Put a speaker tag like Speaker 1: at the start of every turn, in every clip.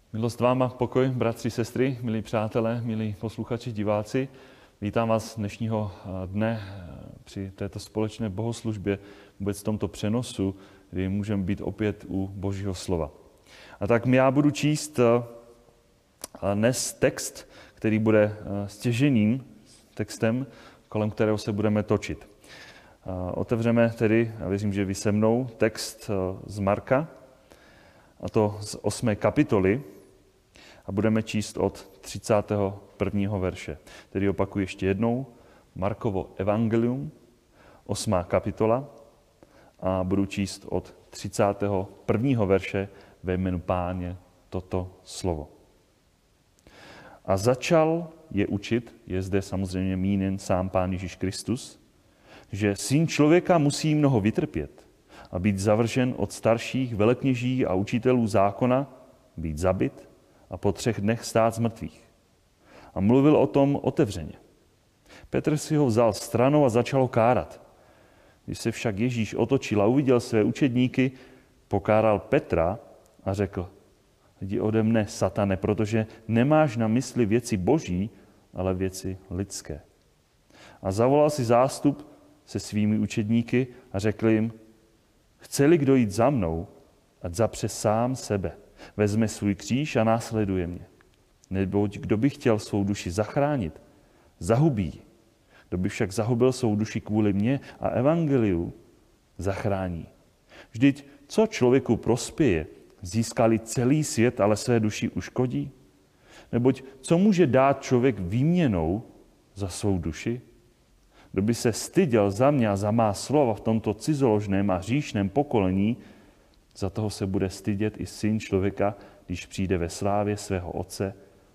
Speaker 1: Milost vám a pokoj, bratři, sestry, milí přátelé, milí posluchači, diváci. Vítám vás dnešního dne při této společné bohoslužbě, vůbec v tomto přenosu, kdy můžeme být opět u Božího slova. A tak já budu číst dnes text, který bude stěžejním textem, kolem kterého se budeme točit. Otevřeme tedy, a věřím, že vy se mnou, text z Marka, a to z 8. kapitoly, a budeme číst od 31. verše. Tedy opakuji ještě jednou, Markovo evangelium, 8. kapitola, a budu číst od 31. verše ve jménu Páně toto slovo. A začal je učit, je zde samozřejmě míněn sám Pán Ježíš Kristus, že Syn člověka musí mnoho vytrpět a být zavržen od starších velekněží a učitelů zákona, být zabit a po 3 dnech stát z mrtvých. A mluvil o tom otevřeně. Petr si ho vzal stranou a začal ho kárat. Když se však Ježíš otočil a uviděl své učedníky, pokáral Petra a řekl: Jdi ode mne, satane, protože nemáš na mysli věci boží, ale věci lidské. A zavolal si zástup se svými učedníky a řekl jim: Chce-li kdo jít za mnou, ať zapře sám sebe, vezme svůj kříž a následuje mě. Neboť kdo by chtěl svou duši zachránit, zahubí ji. Kdo by však zahubil svou duši kvůli mně a evangeliu, zachrání. Vždyť co člověku prospěje, získali celý svět, ale své duši uškodí? Neboť co může dát člověk výměnou za svou duši? Kdo by se styděl za mě a za má slova v tomto cizoložném a hříšném pokolení, za toho se bude stydět i Syn člověka, když přijde ve slávě svého Otce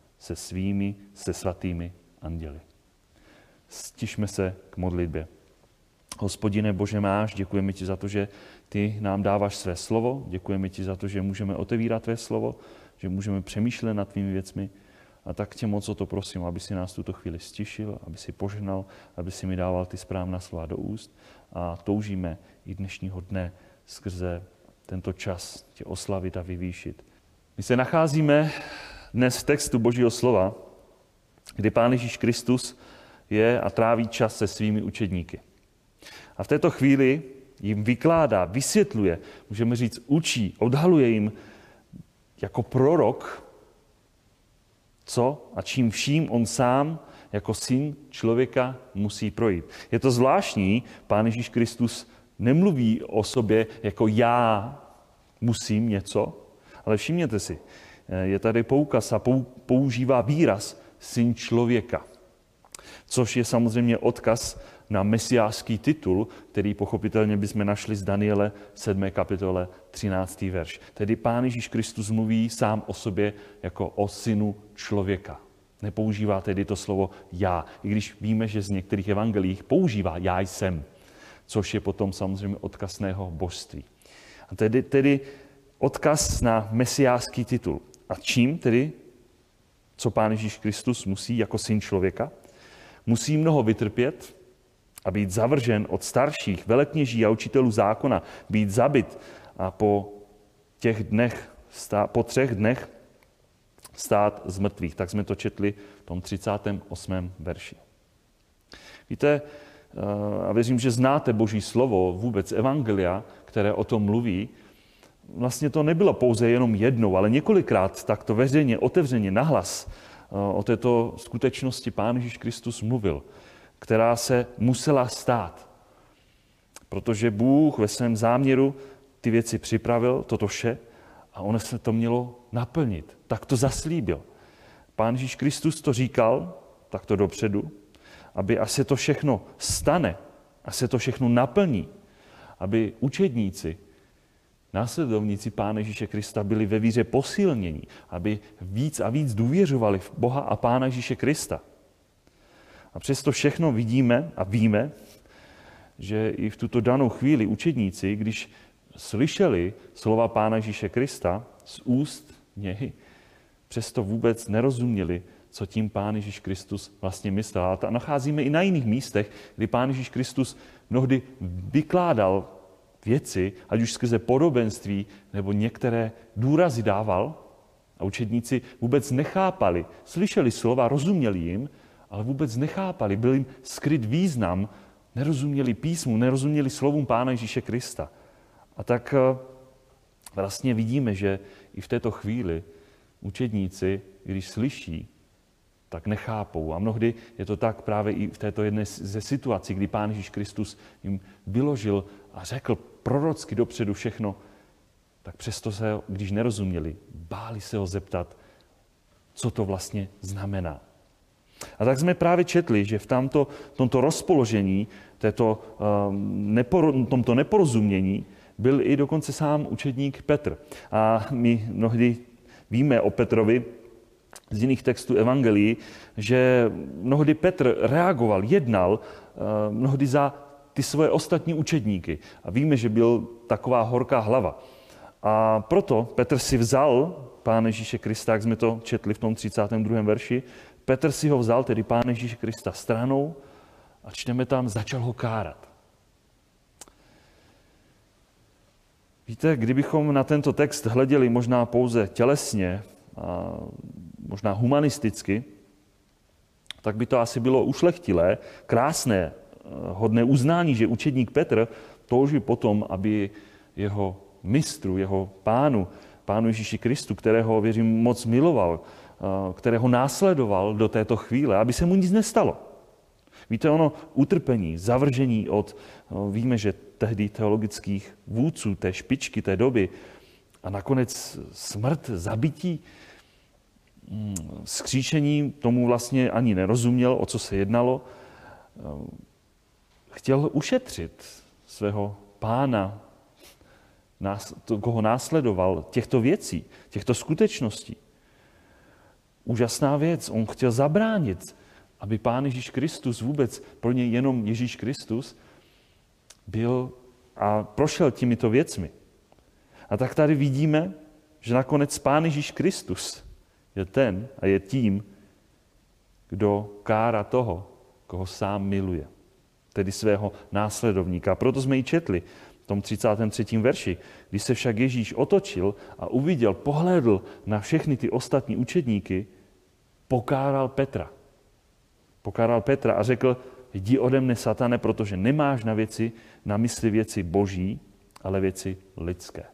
Speaker 1: se svatými anděli. Stišme se k modlitbě. Hospodine Bože náš, děkujeme ti za to, že ty nám dáváš své slovo, děkujeme ti za to, že můžeme otevírat tvé slovo, že můžeme přemýšlet nad tvými věcmi. A tak tě moc o to prosím, aby si nás tuto chvíli stišil, aby si požehnal, aby si mi dával ty správná slova do úst. A toužíme i dnešního dne skrze tento čas tě oslavit a vyvýšit. My se nacházíme dnes v textu Božího slova, kdy Pán Ježíš Kristus je a tráví čas se svými učedníky. A v této chvíli jim vykládá, vysvětluje, můžeme říct učí, odhaluje jim jako prorok, co a čím vším on sám jako Syn člověka musí projít. Je to zvláštní, Pán Ježíš Kristus nemluví o sobě jako já musím něco, ale všimněte si, je tady poukaz a používá výraz Syn člověka, což je samozřejmě odkaz na mesiářský titul, který pochopitelně bychom našli z Daniele 7. kapitole 13. verš. Tedy Pán Ježíš Kristus mluví sám o sobě jako o synu člověka. Nepoužívá tedy to slovo já, i když víme, že z některých evangeliích používá já jsem, což je potom samozřejmě odkazného božství. A tedy odkaz na mesiářský titul. A čím tedy, co Pán Ježíš Kristus musí jako syn člověka? Musí mnoho vytrpět a být zavržen od starších velekněží a učitelů zákona, být zabit a po 3 dnech stát z mrtvých. Tak jsme to četli v tom 38. verši. Víte, a věřím, že znáte Boží slovo, vůbec evangelia, které o tom mluví. Vlastně to nebylo pouze jenom jednou, ale několikrát takto veřejně, otevřeně, nahlas o této skutečnosti Pán Ježíš Kristus mluvil, která se musela stát. Protože Bůh ve svém záměru ty věci připravil, toto vše, a ono se to mělo naplnit. Tak to zaslíbil. Pán Ježíš Kristus to říkal takto dopředu, aby až se to všechno stane, až se to všechno naplní, aby učedníci, následovníci Pána Ježíše Krista byli ve víře posílnění, aby víc a víc důvěřovali v Boha a Pána Ježíše Krista. A přesto všechno vidíme a víme, že i v tuto danou chvíli učedníci, když slyšeli slova Pána Ježíše Krista z úst něj, přesto vůbec nerozuměli, co tím Pán Ježíš Kristus vlastně myslel. A to nacházíme i na jiných místech, kdy Pán Ježíš Kristus mnohdy vykládal věci, ať už skrze podobenství, nebo některé důrazy dával, A učedníci vůbec nechápali, slyšeli slova, rozuměli jim, ale vůbec nechápali, byl jim skryt význam, nerozuměli písmu, nerozuměli slovům Pána Ježíše Krista. A tak vlastně vidíme, že i v této chvíli učedníci, když slyší, tak nechápou. A mnohdy je to tak právě i v této jedné ze situací, kdy Pán Ježíš Kristus jim vyložil a řekl prorocky dopředu všechno, tak přesto se, když nerozuměli, báli se ho zeptat, co to vlastně znamená. A tak jsme právě četli, že v tomto rozpoložení, tomto neporozumění, byl i dokonce sám učedník Petr. A my mnohdy víme o Petrovi z jiných textů evangelií, že mnohdy Petr reagoval, jednal mnohdy za ty svoje ostatní učedníky. A víme, že byl taková horká hlava. A proto Petr si vzal Pána Ježíše Krista, jak jsme to četli v tom 32. verši, Petr si ho vzal, tedy Pána Ježíše Krista, stranou a čteme tam, začal ho kárat. Víte, kdybychom na tento text hleděli možná pouze tělesně, a možná humanisticky, tak by to asi bylo ušlechtilé, krásné, hodné uznání, že učedník Petr touží potom, aby jeho mistru, jeho pánu Ježíši Kristu, kterého, věřím, moc miloval, kterého následoval do této chvíle, aby se mu nic nestalo. Víte, ono utrpení, zavržení víme, že tehdy teologických vůdců té špičky té doby a nakonec smrt, zabití, skříšení, tomu vlastně ani nerozuměl, o co se jednalo. Chtěl ušetřit svého pána, koho následoval, těchto věcí, těchto skutečností. Úžasná věc, on chtěl zabránit, aby Pán Ježíš Kristus, vůbec pro něj jenom Ježíš Kristus, byl a prošel těmito věcmi. A tak tady vidíme, že nakonec Pán Ježíš Kristus je ten a je tím, kdo kára toho, koho sám miluje, tedy svého následovníka. Proto jsme ji četli v tom 33. verši. Když se však Ježíš otočil a uviděl, pohlédl na všechny ty ostatní učedníky, pokáral Petra a řekl, jdi ode mne, satane, protože nemáš na mysli věci boží, ale věci lidské.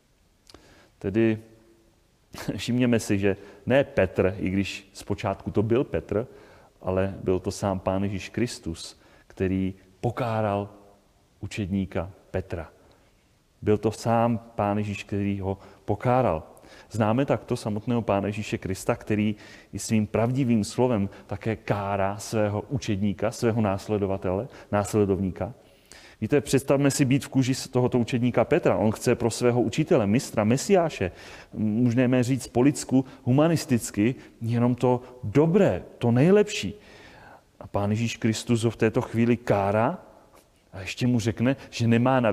Speaker 1: Tedy všimněme si, že ne Petr, i když zpočátku to byl Petr, ale byl to sám Pán Ježíš Kristus, který pokáral učedníka Petra. Byl to sám Pán Ježíš, který ho pokáral. Známe takto samotného Pána Ježíše Krista, který i svým pravdivým slovem také kárá svého učedníka, svého následovníka. Víte, představme si být v kůži tohoto učedníka Petra. On chce pro svého učitele, mistra, mesiáše, můžeme říct po lidsku, humanisticky, jenom to dobré, to nejlepší. A Pán Ježíš Kristus ho v této chvíli kárá a ještě mu řekne, že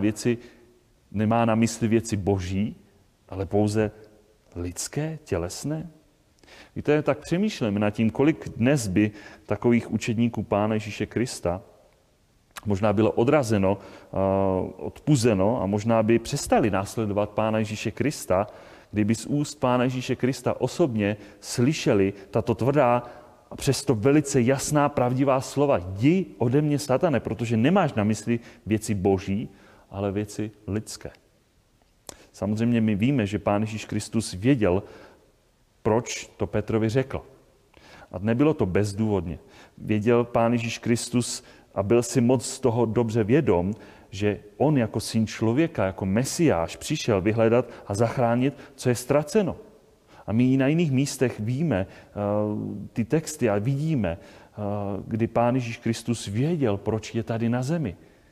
Speaker 1: nemá na mysli věci boží, ale pouze lidské, tělesné. Víte, tak přemýšlíme nad tím, kolik dnes by takových učedníků Pána Ježíše Krista možná bylo odrazeno, odpuzeno a možná by přestali následovat Pána Ježíše Krista, kdyby z úst Pána Ježíše Krista osobně slyšeli tato tvrdá a přesto velice jasná, pravdivá slova. Jdi ode mě, satane, protože nemáš na mysli věci boží, ale věci lidské. Samozřejmě my víme, že Pán Ježíš Kristus věděl, proč to Petrovi řekl. A nebylo to bezdůvodně. Věděl Pán Ježíš Kristus a byl si moc z toho dobře vědom, že on jako syn člověka, jako mesiáš přišel vyhledat a zachránit, co je ztraceno. A my na jiných místech víme ty texty a vidíme, kdy Pán Ježíš Kristus věděl, proč je tady na zemi.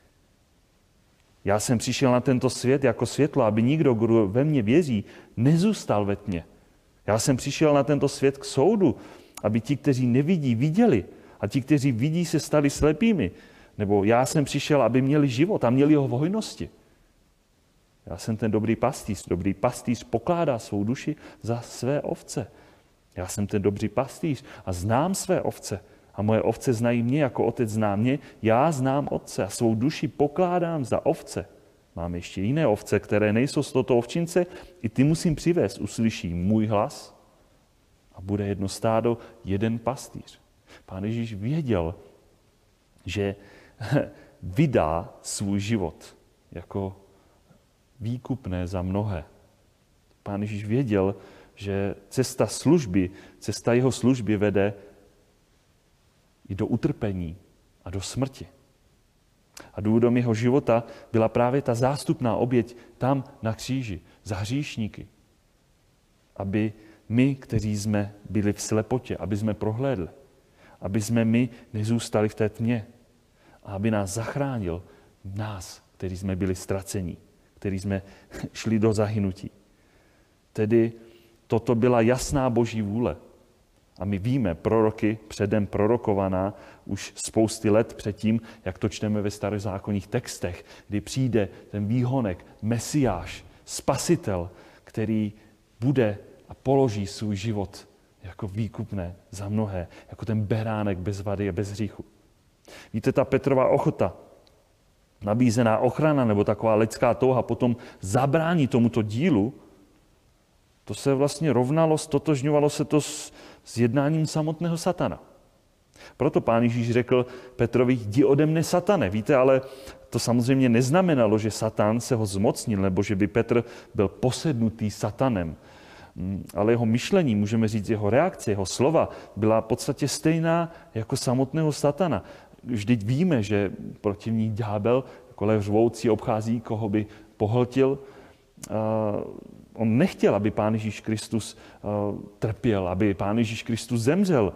Speaker 1: Já jsem přišel na tento svět jako světlo, aby nikdo, kdo ve mně věří, nezůstal ve tmě. Já jsem přišel na tento svět k soudu, aby ti, kteří nevidí, viděli a ti, kteří vidí, se stali slepými. Nebo já jsem přišel, aby měli život a měli ho v hojnosti. Já jsem ten dobrý pastýř. Dobrý pastýř pokládá svou duši za své ovce. Já jsem ten dobrý pastýř a znám své ovce. A moje ovce znají mě, jako otec zná mě. Já znám otce a svou duši pokládám za ovce. Mám ještě jiné ovce, které nejsou z tohoto ovčince. I ty musím přivést. Uslyší můj hlas A bude jedno stádo, jeden pastýř. Pán Ježíš věděl, že vydá svůj život jako výkupné za mnohé. Pán Ježíš věděl, že cesta jeho služby vede i do utrpení a do smrti. A důvodem jeho života byla právě ta zástupná oběť tam na kříži, za hříšníky. Aby my, kteří jsme byli v slepotě, aby jsme prohlédli, aby jsme my nezůstali v té tmě a aby nás zachránil, nás, kteří jsme byli ztracení, kteří jsme šli do zahynutí. Tedy toto byla jasná Boží vůle. A my víme, proroky předem prorokovaná už spousty let předtím, jak to čteme ve starozákonních textech, kdy přijde ten výhonek, Mesiáš, Spasitel, který bude a položí svůj život jako výkupné za mnohé, jako ten beránek bez vady a bez hříchu. Víte, ta Petrova ochota, nabízená ochrana nebo taková lidská touha potom zabrání tomuto dílu, to se vlastně rovnalo, stotožňovalo se to s jednáním samotného satana. Proto Pán Ježíš řekl Petrovi, jdi ode mne, satane. Víte, ale to samozřejmě neznamenalo, že Satan se ho zmocnil, nebo že by Petr byl posednutý satanem. Ale jeho myšlení, můžeme říct, jeho reakce, jeho slova byla v podstatě stejná jako samotného satana. Vždyť víme, že protivník ďábel, jako lev řvoucí, obchází, koho by pohltil. On nechtěl, aby Pán Ježíš Kristus trpěl, aby Pán Ježíš Kristus zemřel.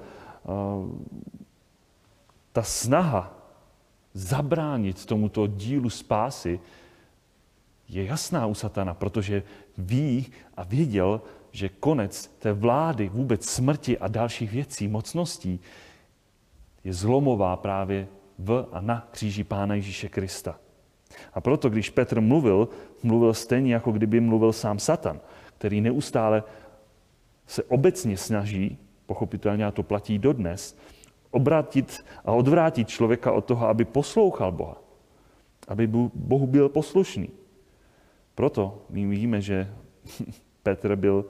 Speaker 1: Ta snaha zabránit tomuto dílu spásy je jasná u satana, protože ví a věděl, že konec té vlády, vůbec smrti a dalších věcí, mocností, je zlomová právě v a na kříži Pána Ježíše Krista. A proto, když Petr mluvil stejně, jako kdyby mluvil sám Satan, který neustále se obecně snaží, pochopitelně a to platí dodnes, obrátit a odvrátit člověka od toho, aby poslouchal Boha, aby Bohu byl poslušný. Proto my víme, že Petr byl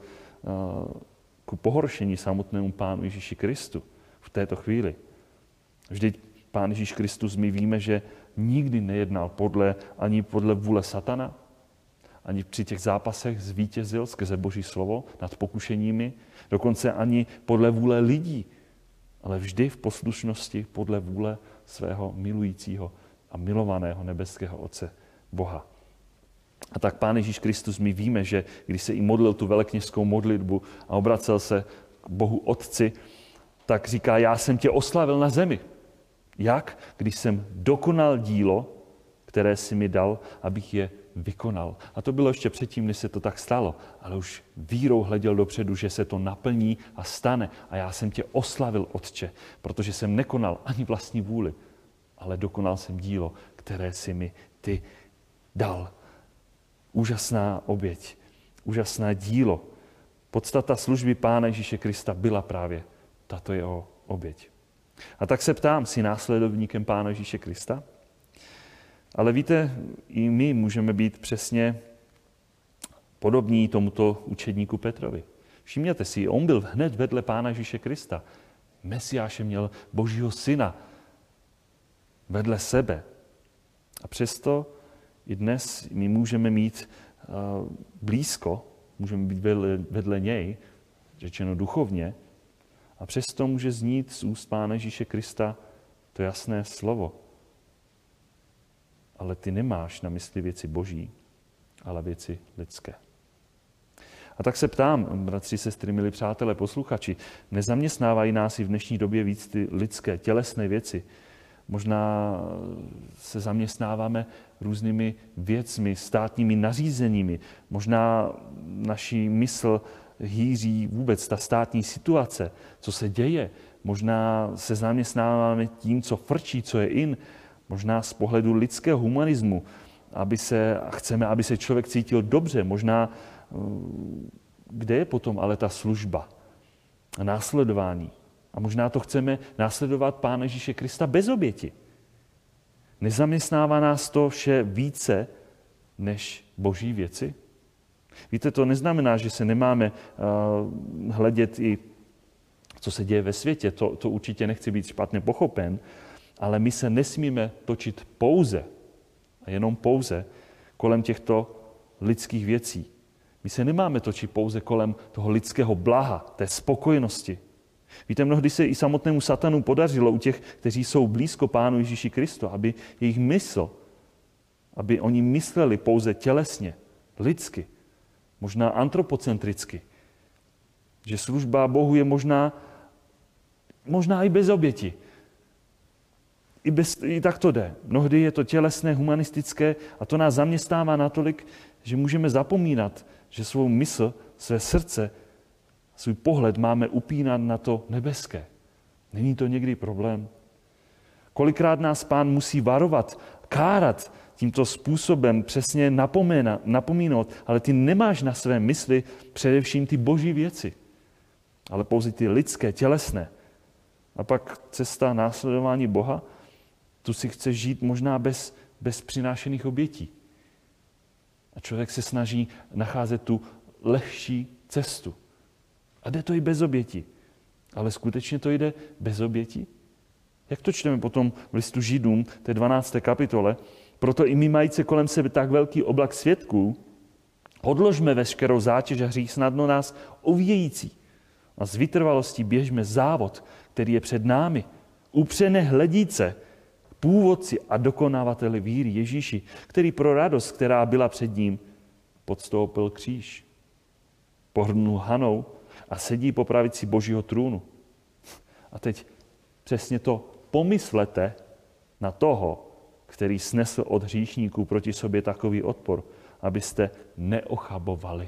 Speaker 1: ku pohoršení samotnému Pánu Ježíši Kristu v této chvíli. Vždyť Pán Ježíš Kristus, my víme, že nikdy nejednal ani podle vůle satana, ani při těch zápasech zvítězil skrze Boží slovo nad pokušeními, dokonce ani podle vůle lidí, ale vždy v poslušnosti podle vůle svého milujícího a milovaného nebeského Otce Boha. A tak Pán Ježíš Kristus, my víme, že když se i modlil tu velekněžskou modlitbu a obracel se k Bohu Otci, tak říká, já jsem tě oslavil na zemi. Jak? Když jsem dokonal dílo, které jsi mi dal, abych je vykonal. A to bylo ještě předtím, než se to tak stalo. Ale už vírou hleděl dopředu, že se to naplní a stane. A já jsem tě oslavil, Otče, protože jsem nekonal ani vlastní vůli, ale dokonal jsem dílo, které jsi mi ty dal. Úžasná oběť, úžasné dílo. Podstata služby Pána Ježíše Krista byla právě tato jeho oběť. A tak se ptám, jsi následovníkem Pána Ježíše Krista? Ale víte, i my můžeme být přesně podobní tomuto učedníku Petrovi. Všimněte si, on byl hned vedle Pána Ježíše Krista. Mesiáše měl Božího syna vedle sebe. A přesto i dnes my můžeme mít blízko, můžeme být vedle něj, řečeno duchovně, a přesto může znít z úst Pána Ježíše Krista to jasné slovo. Ale ty nemáš na mysli věci boží, ale věci lidské. A tak se ptám, bratři, sestry, milí přátelé, posluchači, nezaměstnávají nás i v dnešní době víc ty lidské, tělesné věci? Možná se zaměstnáváme různými věcmi, státními nařízeními. Možná naší mysl hýří vůbec ta státní situace, co se děje. Možná se zaměstnáváme tím, co frčí, co je in. Možná z pohledu lidského humanismu, chceme, aby se člověk cítil dobře. Možná, kde je potom ale ta služba a následování? A možná to chceme následovat Pána Ježíše Krista bez oběti. Nezaměstnává nás to vše více než boží věci? Víte, to neznamená, že se nemáme hledět i co se děje ve světě. To určitě nechci být špatně pochopen, ale my se nesmíme točit pouze a jenom pouze kolem těchto lidských věcí. My se nemáme točit pouze kolem toho lidského blaha, té spokojenosti. Víte, mnohdy se i samotnému satanu podařilo u těch, kteří jsou blízko Pánu Ježíši Kristu, aby jejich mysl, aby oni mysleli pouze tělesně, lidsky, možná antropocentricky. Že služba Bohu je možná i bez oběti. I tak to jde. Mnohdy je to tělesné, humanistické a to nás zaměstnává natolik, že můžeme zapomínat, že svou mysl, své srdce, svůj pohled máme upínat na to nebeské. Není to někdy problém? Kolikrát nás Pán musí varovat, kárat tímto způsobem, přesně napomínat, ale ty nemáš na své mysli především ty boží věci, ale pouze ty lidské, tělesné. A pak cesta následování Boha, tu si chceš žít možná bez přinášených obětí. A člověk se snaží nacházet tu lehčí cestu. A jde to i bez oběti. Ale skutečně to jde bez oběti? Jak to čteme potom v listu Židům, té 12. kapitole? Proto i my majíce kolem sebe tak velký oblak svědků, odložme veškerou zátěž a hřích snadno nás ovíjející. A s vytrvalostí běžme závod, který je před námi. Upřené hledíce, původci a dokonavateli víry Ježíši, který pro radost, která byla před ním, podstoupil kříž. Pohrnul hanou a sedí po pravici Božího trůnu. A teď přesně to pomyslete na toho, který snesl od hříšníků proti sobě takový odpor, abyste neochabovali,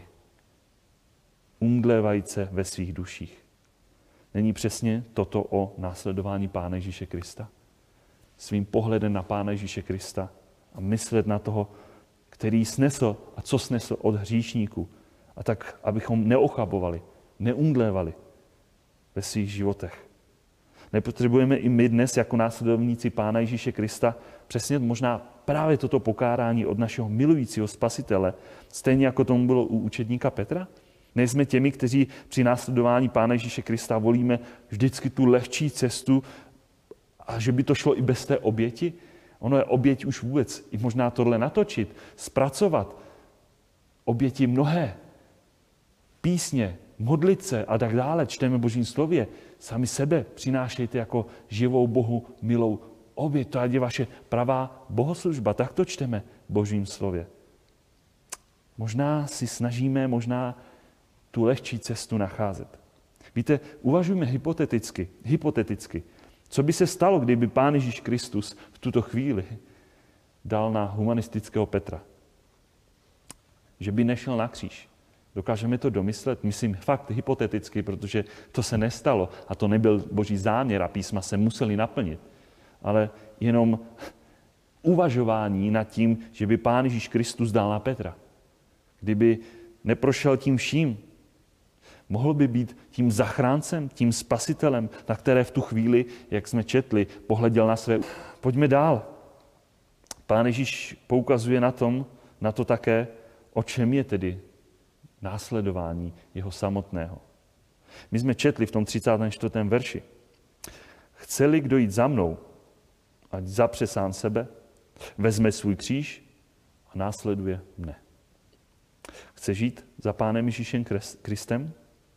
Speaker 1: umdlévajíce ve svých duších. Není přesně toto o následování Pána Ježíše Krista? Svým pohledem na Pána Ježíše Krista a myslet na toho, který snesl a co snesl od hříšníků. A tak, abychom neochabovali, neumdlévali ve svých životech. Nepotřebujeme i my dnes jako následovníci Pána Ježíše Krista přesně možná právě toto pokárání od našeho milujícího Spasitele, stejně jako tomu bylo u učedníka Petra? Nejsme těmi, kteří při následování Pána Ježíše Krista volíme vždycky tu lehčí cestu a že by to šlo i bez té oběti? Ono je oběť už vůbec, i možná tohle natočit, zpracovat. Oběti mnohé, písně, modlit se a tak dále, čteme v Božím slově. Sami sebe přinášejte jako živou Bohu milou oběť. To je vaše pravá bohoslužba. Tak to čteme v Božím slově. Možná si snažíme, tu lehčí cestu nacházet. Víte, uvažujme hypoteticky. Co by se stalo, kdyby Pán Ježíš Kristus v tuto chvíli dal na humanistického Petra? Že by nešel na kříž. Dokážeme to domyslet? Myslím fakt hypoteticky, protože to se nestalo a to nebyl Boží záměr a písma se museli naplnit. Ale jenom uvažování nad tím, že by Pán Ježíš Kristus dal na Petra. Kdyby neprošel tím vším, mohl by být tím zachráncem, tím spasitelem, na které v tu chvíli, jak jsme četli, pohleděl na své. Pojďme dál. Pán Ježíš poukazuje na to také, o čem je tedy následování jeho samotného. My jsme četli v tom 34. verši. Chce-li kdo jít za mnou, ať zapře sám sebe, vezme svůj kříž a následuje mne. Chce žít za Pánem Ježíšem Kristem?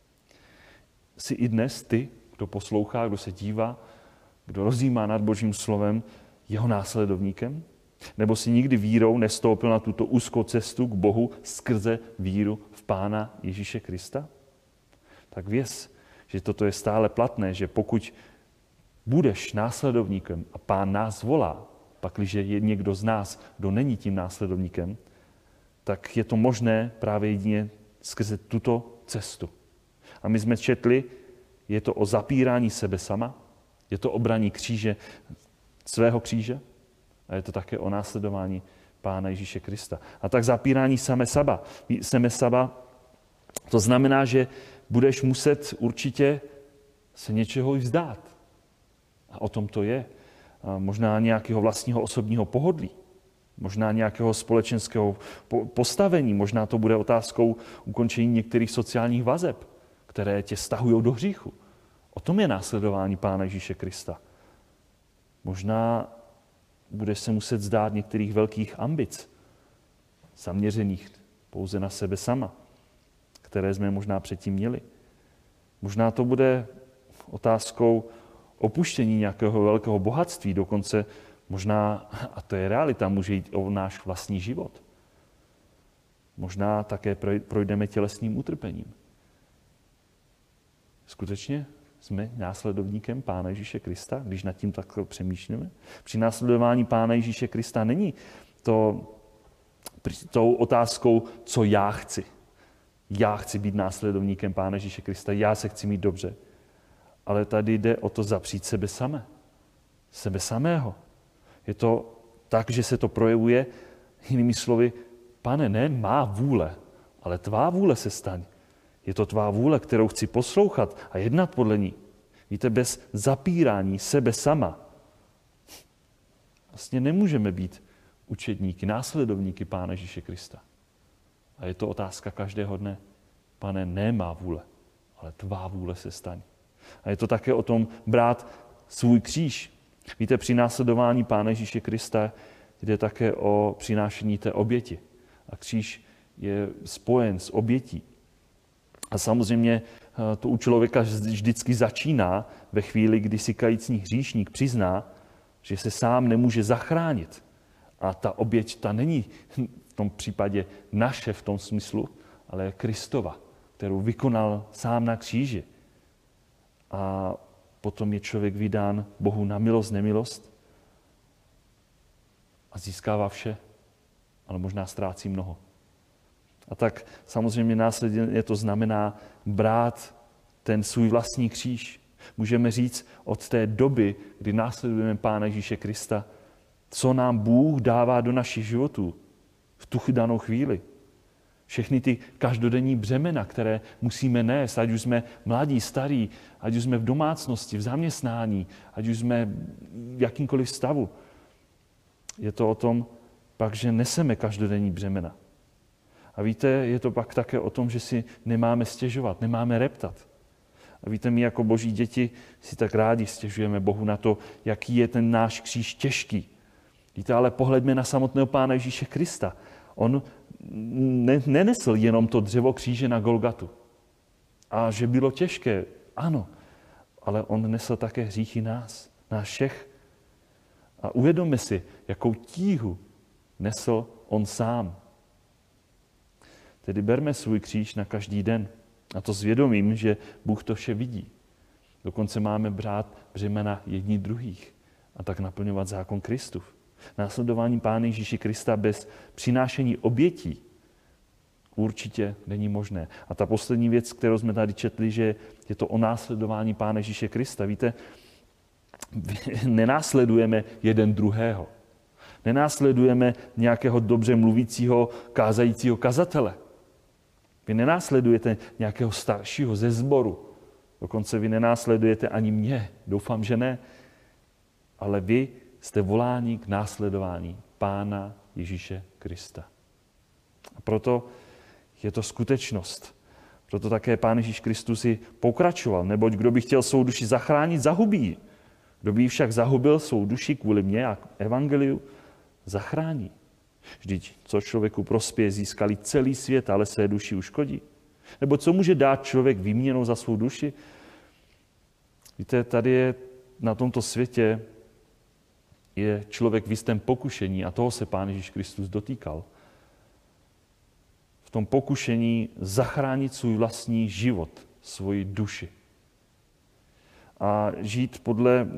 Speaker 1: Jsi i dnes ty, kdo poslouchá, kdo se dívá, kdo rozjímá nad Božím slovem, jeho následovníkem? Nebo si nikdy vírou nestoupil na tuto úzkou cestu k Bohu skrze víru v Pána Ježíše Krista? Tak věz, že toto je stále platné, že pokud budeš následovníkem a Pán nás volá, pakliže je někdo z nás, kdo není tím následovníkem, tak je to možné právě jedině skrze tuto cestu. A my jsme četli, je to o zapírání sebe sama, je to o braní kříže, svého kříže a je to také o následování Pána Ježíše Krista. A tak zapírání sebe saba, to znamená, že budeš muset určitě se něčeho i vzdát. A o tom to je. A možná nějakého vlastního osobního pohodlí, možná nějakého společenského postavení, možná to bude otázkou ukončení některých sociálních vazeb, které tě stahují do hříchu. tom je následování Pána Ježíše Krista. Možná budeš se muset zdát některých velkých ambic, zaměřených pouze na sebe sama, které jsme možná předtím měli. Možná to bude otázkou opuštění nějakého velkého bohatství, dokonce možná, a to je realita, může jít o náš vlastní život. Možná také projdeme tělesným utrpením. Skutečně jsme následovníkem Pána Ježíše Krista, když nad tím takhle přemýšlíme? Při následování Pána Ježíše Krista není tou otázkou, co já chci. Já chci být následovníkem Pána Ježíše Krista, já se chci mít dobře. Ale tady jde o to zapřít sebe samého. Je to tak, že se to projevuje jinými slovy, Pane, ne má vůle, ale tvá vůle se staň. Je to tvá vůle, kterou chci poslouchat a jednat podle ní. Víte, bez zapírání sebe sama vlastně nemůžeme být učedníky, následovníky Pána Ježíše Krista. A je to otázka každého dne. Pane, ne má vůle, ale tvá vůle se staň. A je to také o tom brát svůj kříž. Víte, při následování Pána Ježíše Krista jde také o přinášení té oběti. A kříž je spojen s obětí. A samozřejmě to u člověka vždycky začíná ve chvíli, kdy si kajícní hříšník přizná, že se sám nemůže zachránit. A ta oběť, ta není v tom případě naše v tom smyslu, ale Kristova, kterou vykonal sám na kříži. A potom je člověk vydán Bohu na milost, nemilost a získává vše, ale možná ztrácí mnoho. A tak samozřejmě následně to znamená brát ten svůj vlastní kříž. Můžeme říct od té doby, kdy následujeme Pána Ježíše Krista, co nám Bůh dává do našich životů v tu danou chvíli. Všechny ty každodenní břemena, které musíme nést, ať už jsme mladí, starí, ať už jsme v domácnosti, v zaměstnání, ať už jsme v jakýmkoliv stavu. Je to o tom pak, že neseme každodenní břemena. A víte, je to pak také o tom, že si nemáme stěžovat, nemáme reptat. A víte, my jako boží děti si tak rádi stěžujeme Bohu na to, jaký je ten náš kříž těžký. Víte, ale pohleďme na samotného Pána Ježíše Krista. On nenesl jenom to dřevo kříže na Golgatu. A že bylo těžké, ano, ale on nesl také hříchy nás všech. A uvědomme si, jakou tíhu nesl on sám. Tedy berme svůj kříž na každý den. A to s vědomím, že Bůh to vše vidí. Dokonce máme brát břemena jedni druhých a tak naplňovat zákon Kristův. Následování Pána Ježíše Krista bez přinášení obětí určitě není možné. A ta poslední věc, kterou jsme tady četli, že je to o následování Pána Ježíše Krista. Víte, nenásledujeme jeden druhého. Nenásledujeme nějakého dobře mluvícího, kázajícího kazatele. Vy nenásledujete nějakého staršího ze sboru. Dokonce vy nenásledujete ani mě. Doufám, že ne. Ale vy jste voláni k následování Pána Ježíše Krista. A proto je to skutečnost. Proto také Pán Ježíš Kristus si pokračoval, neboť kdo by chtěl svou duši zachránit, zahubí ji. Kdo by ji však zahubil svou duši kvůli mně a evangeliu, zachrání. Vždyť co člověku prospěje, získali celý svět, ale své duši uškodí. Nebo co může dát člověk výměnou za svou duši? Víte, tady je na tomto světě je člověk v jistém pokušení a toho se Pán Ježíš Kristus dotýkal. V tom pokušení zachránit svůj vlastní život, svoji duši. A žít podle,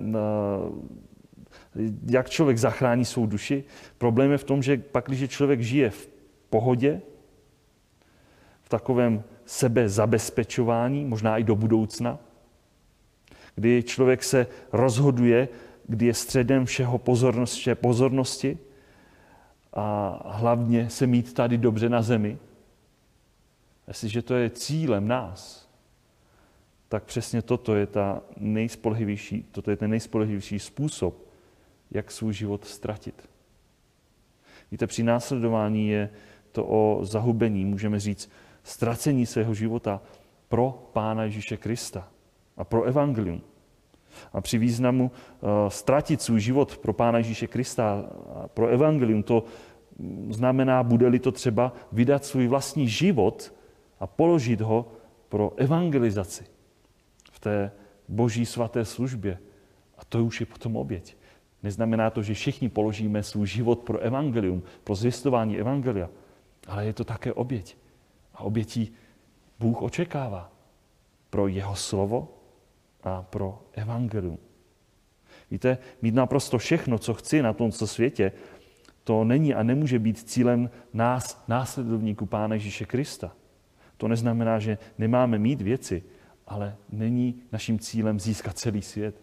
Speaker 1: jak člověk zachrání svou duši. Problém je v tom, že pak, když člověk žije v pohodě, v takovém sebezabezpečování, možná i do budoucna, kdy člověk se rozhoduje, kdy je středem všeho pozornosti a hlavně se mít tady dobře na zemi. Jestliže to je cílem nás, tak přesně toto je ten nejspolehlivější způsob, jak svůj život ztratit. Víte, při následování je to o zahubení, můžeme říct, ztracení svého života pro Pána Ježíše Krista. a pro evangelium. A při významu ztratit svůj život pro Pána Ježíše Krista a pro evangelium, to znamená, bude-li to třeba vydat svůj vlastní život a položit ho pro evangelizaci v té boží svaté službě. A to už je potom oběť. Neznamená to, že všichni položíme svůj život pro evangelium, pro zvěstování evangelia, ale je to také oběť. A obětí Bůh očekává pro jeho slovo a pro evangelium. Víte, mít naprosto všechno, co chci na tomto světě, to není a nemůže být cílem nás, následovníků Pána Ježíše Krista. To neznamená, že nemáme mít věci, ale není naším cílem získat celý svět.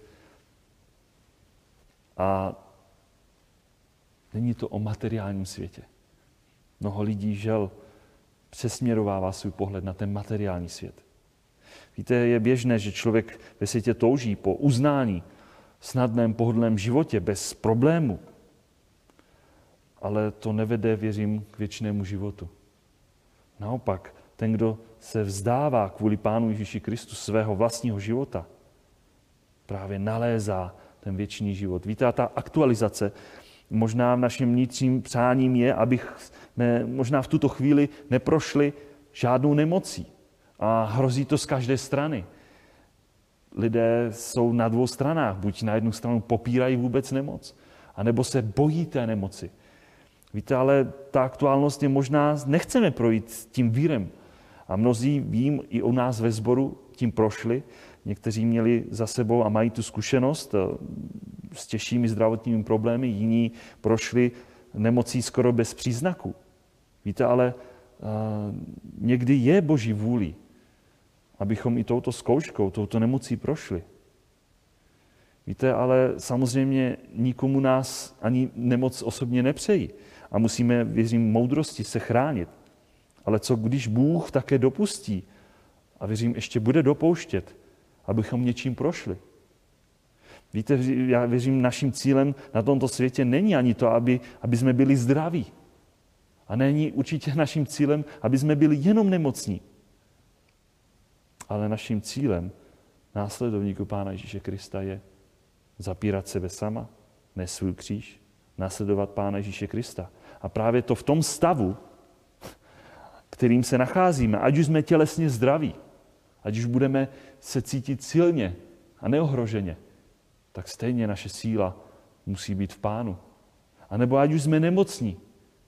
Speaker 1: A není to o materiálním světě. Mnoho lidí, žel, přesměrovává svůj pohled na ten materiální svět. Víte, je běžné, že člověk ve světě touží po uznání, snadném pohodlném životě, bez problému. Ale to nevede, věřím, k věčnému životu. Naopak, ten, kdo se vzdává kvůli Pánu Ježíši Kristu svého vlastního života, právě nalézá ten věčný život. Víte, a ta aktualizace možná v našem vnitřním přáním je, abych možná v tuto chvíli neprošli žádnou nemocí. A hrozí to z každé strany. Lidé jsou na dvou stranách. Buď na jednu stranu popírají vůbec nemoc, anebo se bojí té nemoci. Víte, ale ta aktuálnost je možná, nechceme projít tím vírem. A mnozí, vím, i u nás ve sboru tím prošli. Někteří měli za sebou a mají tu zkušenost s těžšími zdravotními problémy, jiní prošli nemocí skoro bez příznaků. Víte, ale někdy je Boží vůli, abychom i touto zkouškou, touto nemocí prošli. Víte, ale samozřejmě nikomu nás ani nemoc osobně nepřejí. A musíme, věřím, moudrosti se chránit. Ale co když Bůh také dopustí, a věřím, ještě bude dopouštět, abychom něčím prošli. Víte, já věřím, naším cílem na tomto světě není ani to, aby jsme byli zdraví. A není určitě naším cílem, aby jsme byli jenom nemocní. Ale naším cílem následovníků Pána Ježíše Krista je zapírat sebe sama, nést svůj kříž, následovat Pána Ježíše Krista. A právě to v tom stavu, kterým se nacházíme, ať už jsme tělesně zdraví, ať už budeme se cítit silně a neohroženě, tak stejně naše síla musí být v Pánu. A nebo ať už jsme nemocní,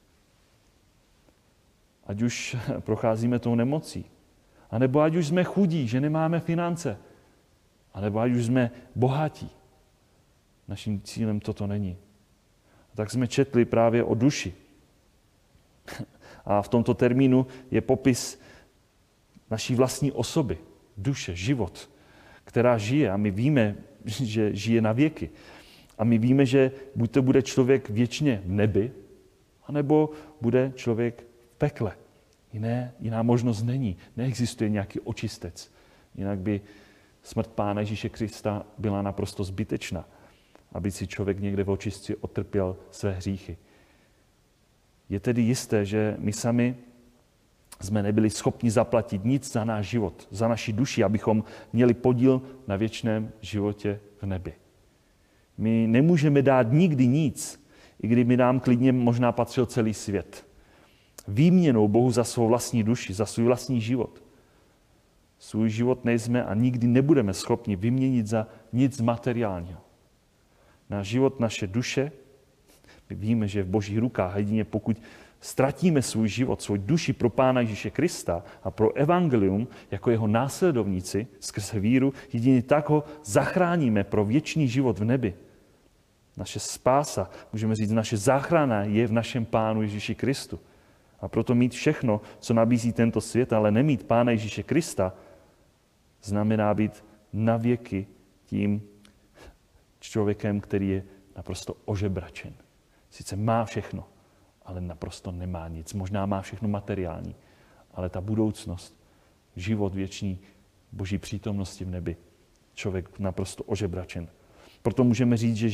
Speaker 1: ať už procházíme tou nemocí, a nebo ať už jsme chudí, že nemáme finance, a nebo ať už jsme bohatí. Naším cílem toto není. A tak jsme četli právě o duši. A v tomto termínu je popis naší vlastní osoby, duše, život, která žije. A my víme, že žije na věky. A my víme, že buď to bude člověk věčně v nebi, anebo bude člověk v pekle. Jiná možnost není. Neexistuje nějaký očistec. Jinak by smrt Pána Ježíše Krista byla naprosto zbytečná, aby si člověk někde v očistci otrpěl své hříchy. Je tedy jisté, že my sami jsme nebyli schopni zaplatit nic za náš život, za naši duši, abychom měli podíl na věčném životě v nebi. My nemůžeme dát nikdy nic, i kdyby nám klidně možná patřil celý svět. Výměnou Bohu za svou vlastní duši, za svůj vlastní život. Svůj život nejsme a nikdy nebudeme schopni vyměnit za nic materiálního. Náš život, naše duše, my víme, že je v Božích rukách, jedině pokud ztratíme svůj život, svou duši pro Pána Ježíše Krista a pro evangelium jako jeho následovníci skrze víru, jedině tak ho zachráníme pro věčný život v nebi. Naše spása, můžeme říct, naše záchrana je v našem Pánu Ježíši Kristu. A proto mít všechno, co nabízí tento svět, ale nemít Pána Ježíše Krista, znamená být navěky tím člověkem, který je naprosto ožebračen. Sice má všechno, ale naprosto nemá nic. Možná má všechno materiální, ale ta budoucnost, život věčný, Boží přítomnosti v nebi, člověk naprosto ožebračen. Proto můžeme říct, že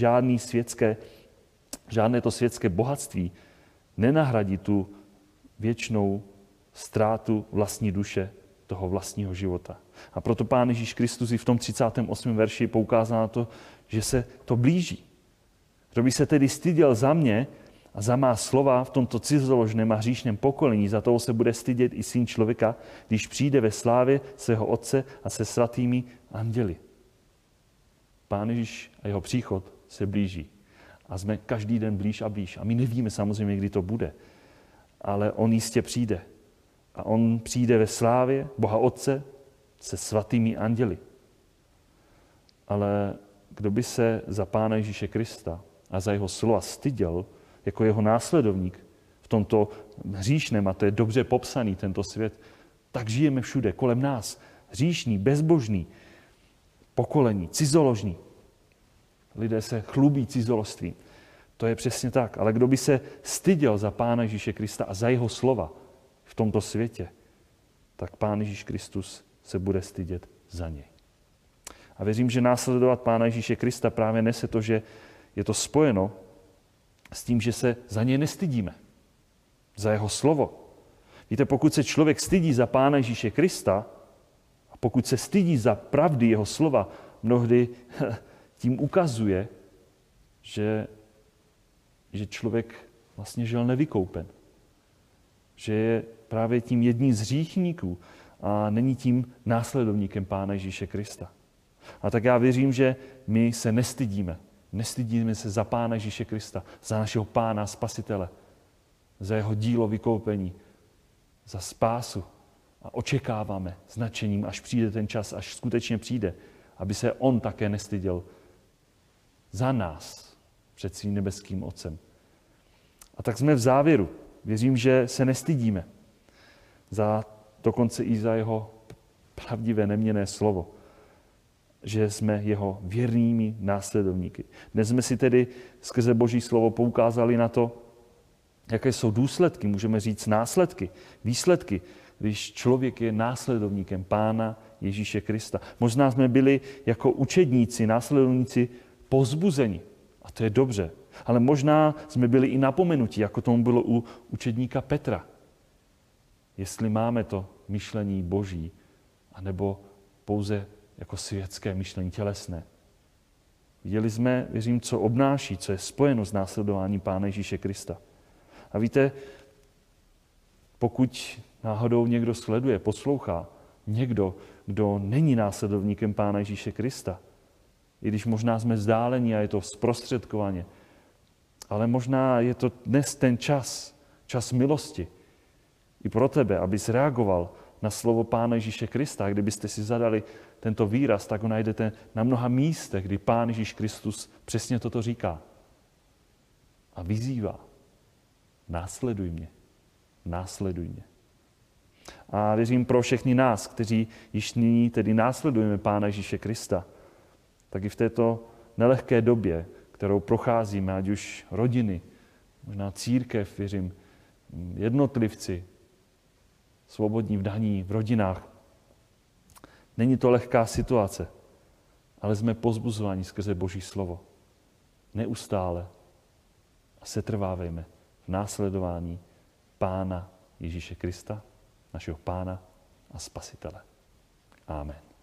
Speaker 1: žádné to světské bohatství nenahradí tu věčnou ztrátu vlastní duše toho vlastního života. A proto Pán Ježíš Kristus i v tom 38. verši poukázal na to, že se to blíží. Kdo by se tedy styděl za mě a za má slova v tomto cizoložném a hříšném pokolení, za toho se bude stydět i Syn člověka, když přijde ve slávě svého Otce a se svatými anděli. Pán Ježíš a jeho příchod se blíží. A jsme každý den blíž a blíž. A my nevíme samozřejmě, kdy to bude. Ale on jistě přijde. A on přijde ve slávě Boha Otce se svatými anděli. Ale kdo by se za Pána Ježíše Krista a za jeho slova styděl jako jeho následovník v tomto hříšném, a to je dobře popsaný tento svět, tak žijeme všude kolem nás. Hříšný, bezbožný, pokolení, cizoložní. Lidé se chlubí cizolostvím. To je přesně tak. Ale kdo by se styděl za Pána Ježíše Krista a za jeho slova v tomto světě, tak Pán Ježíš Kristus se bude stydět za něj. A věřím, že následovat Pána Ježíše Krista právě nese to, že je to spojeno s tím, že se za něj nestydíme. Za jeho slovo. Víte, pokud se člověk stydí za Pána Ježíše Krista a pokud se stydí za pravdy jeho slova, mnohdy tím ukazuje, že člověk vlastně žil nevykoupen. Že je právě tím jedním z hříchníků a není tím následovníkem Pána Ježíše Krista. A tak já věřím, že my se nestydíme. Nestydíme se za Pána Ježíše Krista, za našeho Pána a Spasitele, za jeho dílo vykoupení, za spásu. A očekáváme s nadšením, až přijde ten čas, až skutečně přijde, aby se on také nestyděl za nás před svým nebeským Otcem. A tak jsme v závěru. Věřím, že se nestydíme. Dokonce i za jeho pravdivé neměnné slovo. Že jsme jeho věrnými následovníky. Dnes jsme si tedy skrze Boží slovo poukázali na to, jaké jsou důsledky, můžeme říct následky, výsledky, když člověk je následovníkem Pána Ježíše Krista. Možná jsme byli jako učedníci, následovníci povzbuzeni. A to je dobře. Ale možná jsme byli i napomenuti, jako tomu bylo u učedníka Petra. Jestli máme to myšlení Boží, anebo pouze jako světské myšlení, tělesné. Viděli jsme, věřím, co obnáší, co je spojeno s následováním Pána Ježíše Krista. A víte, pokud náhodou někdo sleduje, poslouchá, někdo, kdo není následovníkem Pána Ježíše Krista, i když možná jsme vzdáleni a je to zprostředkovaně, ale možná je to dnes ten čas milosti i pro tebe, abys reagoval na slovo Pána Ježíše Krista. Kdybyste si zadali tento výraz, tak ho najdete na mnoha místech, kdy Pán Ježíš Kristus přesně toto říká. A vyzývá. Následuj mě. Následuj mě. A věřím pro všechny nás, kteří již nyní tedy následujeme Pána Ježíše Krista, tak i v této nelehké době, kterou procházíme, ať už rodiny, možná církev, věřím, jednotlivci, svobodní vdaní v rodinách. Není to lehká situace, ale jsme povzbuzováni skrze Boží slovo. Neustále a setrvávejme v následování Pána Ježíše Krista, našeho Pána a Spasitele. Amen.